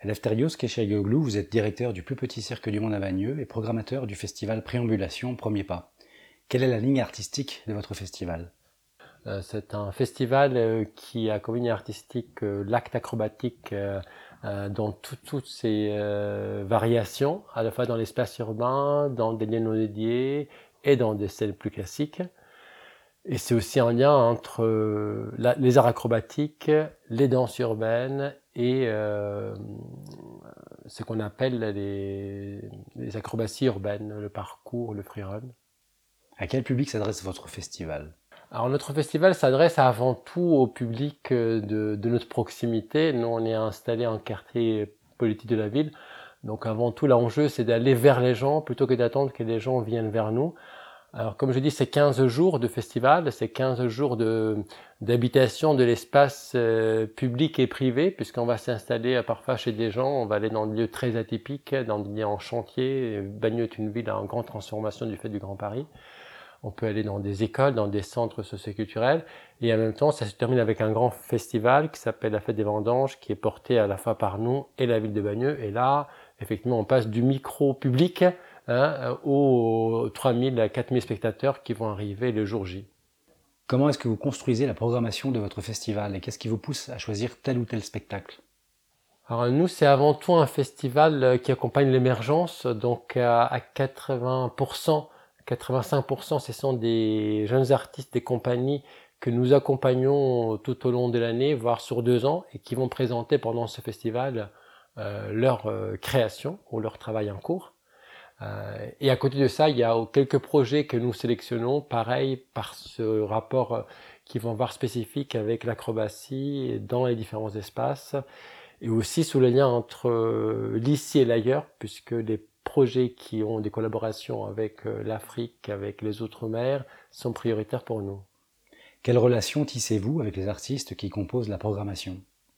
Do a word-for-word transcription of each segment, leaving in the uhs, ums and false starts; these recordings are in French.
Elefthérios Keşeğioğlu, vous êtes directeur du plus petit cirque du monde à Bagneux et programmateur du festival Préambulation Premier Pas. Quelle est la ligne artistique de votre festival? C'est un festival qui a comme ligne artistique l'acte acrobatique dans tout, toutes ses variations, à la fois dans l'espace urbain, dans des lieux non dédiés et dans des scènes plus classiques. Et c'est aussi un lien entre la, les arts acrobatiques, les danses urbaines et euh, ce qu'on appelle les, les acrobaties urbaines, le parcours, le freerun. À quel public s'adresse votre festival? Alors notre festival s'adresse avant tout au public de, de notre proximité. Nous on est installé en quartier politique de la ville. Donc avant tout l'enjeu c'est d'aller vers les gens plutôt que d'attendre que les gens viennent vers nous. Alors comme je dis, c'est quinze jours de festival, c'est quinze jours de, d'habitation de l'espace euh, public et privé, puisqu'on va s'installer euh, parfois chez des gens, on va aller dans des lieux très atypiques, dans des lieux en chantier. Bagneux est une ville en grande transformation du fait du Grand Paris. On peut aller dans des écoles, dans des centres socioculturels, et en même temps, ça se termine avec un grand festival qui s'appelle la Fête des Vendanges, qui est porté à la fois par nous et la ville de Bagneux. Et là, effectivement, on passe du micro-public hein, aux trois mille à quatre mille spectateurs qui vont arriver le jour J. Comment est-ce que vous construisez la programmation de votre festival et qu'est-ce qui vous pousse à choisir tel ou tel spectacle? Alors nous, c'est avant tout un festival qui accompagne l'émergence, donc à quatre-vingts pour cent quatre-vingt-cinq pour cent, ce sont des jeunes artistes, des compagnies que nous accompagnons tout au long de l'année, voire sur deux ans, et qui vont présenter pendant ce festival euh, leur euh, création ou leur travail en cours. Euh, et à côté de ça, il y a quelques projets que nous sélectionnons, pareil, par ce rapport euh, qui vont voir spécifique avec l'acrobatie dans les différents espaces, et aussi sous le lien entre euh, l'ici et l'ailleurs, puisque les projets qui ont des collaborations avec l'Afrique, avec les Outre-mer, sont prioritaires pour nous. Quelle relation tissez-vous avec les artistes qui composent la programmation?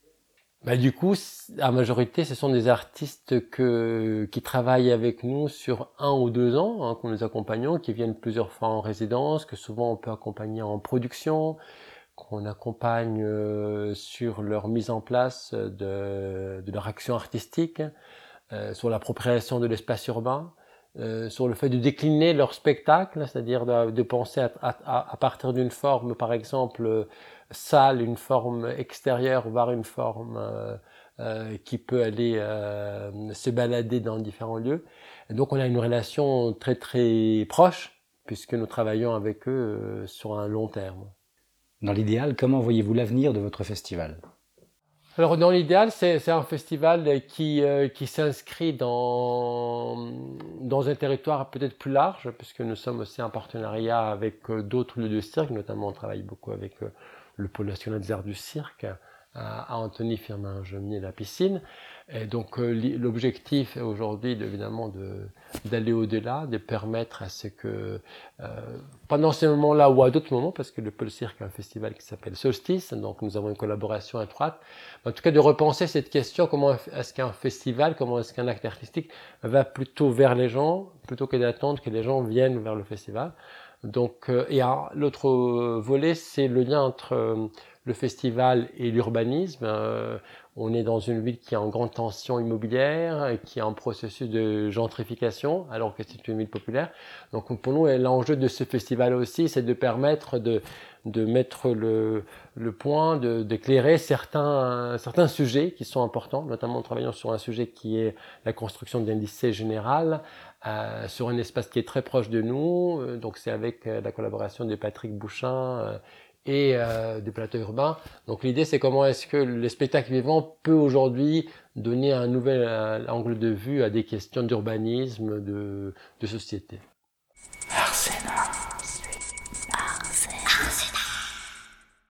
Bah, du coup, la majorité, ce sont des artistes que, qui travaillent avec nous sur un ou deux ans, hein, que nous accompagnons, qui viennent plusieurs fois en résidence, que souvent on peut accompagner en production, qu'on accompagne euh, sur leur mise en place de, de leur action artistique. Euh, sur l'appropriation de l'espace urbain, euh, sur le fait de décliner leur spectacle, c'est-à-dire de, de penser à, à, à partir d'une forme, par exemple, euh, salle, une forme extérieure, voire une forme euh, euh, qui peut aller euh, se balader dans différents lieux. Et donc on a une relation très très proche, puisque nous travaillons avec eux euh, sur un long terme. Dans l'idéal, comment voyez-vous l'avenir de votre festival? Alors dans l'idéal, c'est, c'est un festival qui, euh, qui s'inscrit dans, dans un territoire peut-être plus large, puisque nous sommes aussi en partenariat avec euh, d'autres lieux de cirque, notamment on travaille beaucoup avec euh, le Pôle national des arts du cirque, à, à Antony, Firmin-Gemier, la piscine. Et donc euh, l'objectif est aujourd'hui évidemment de, d'aller au-delà, de permettre à ce que euh, pendant ces moments-là ou à d'autres moments, parce que le Pôle Cirque a un festival qui s'appelle Solstice, donc nous avons une collaboration étroite, en tout cas de repenser cette question, comment est-ce qu'un festival, comment est-ce qu'un acte artistique va plutôt vers les gens, plutôt que d'attendre que les gens viennent vers le festival. Donc, euh, et alors, l'autre volet, c'est le lien entre euh, le festival et l'urbanisme. Euh, on est dans une ville qui est en grande tension immobilière, qui est en processus de gentrification, alors que c'est une ville populaire. Donc pour nous, l'enjeu de ce festival aussi, c'est de permettre de, de mettre le, le point, de, d'éclairer certains, certains sujets qui sont importants, notamment en travaillant sur un sujet qui est la construction d'un lycée général, euh, sur un espace qui est très proche de nous. Donc c'est avec la collaboration de Patrick Bouchin, euh, et euh, des plateaux urbains. Donc l'idée c'est comment est-ce que le spectacle vivant peut aujourd'hui donner un nouvel euh, angle de vue à des questions d'urbanisme, de, de société.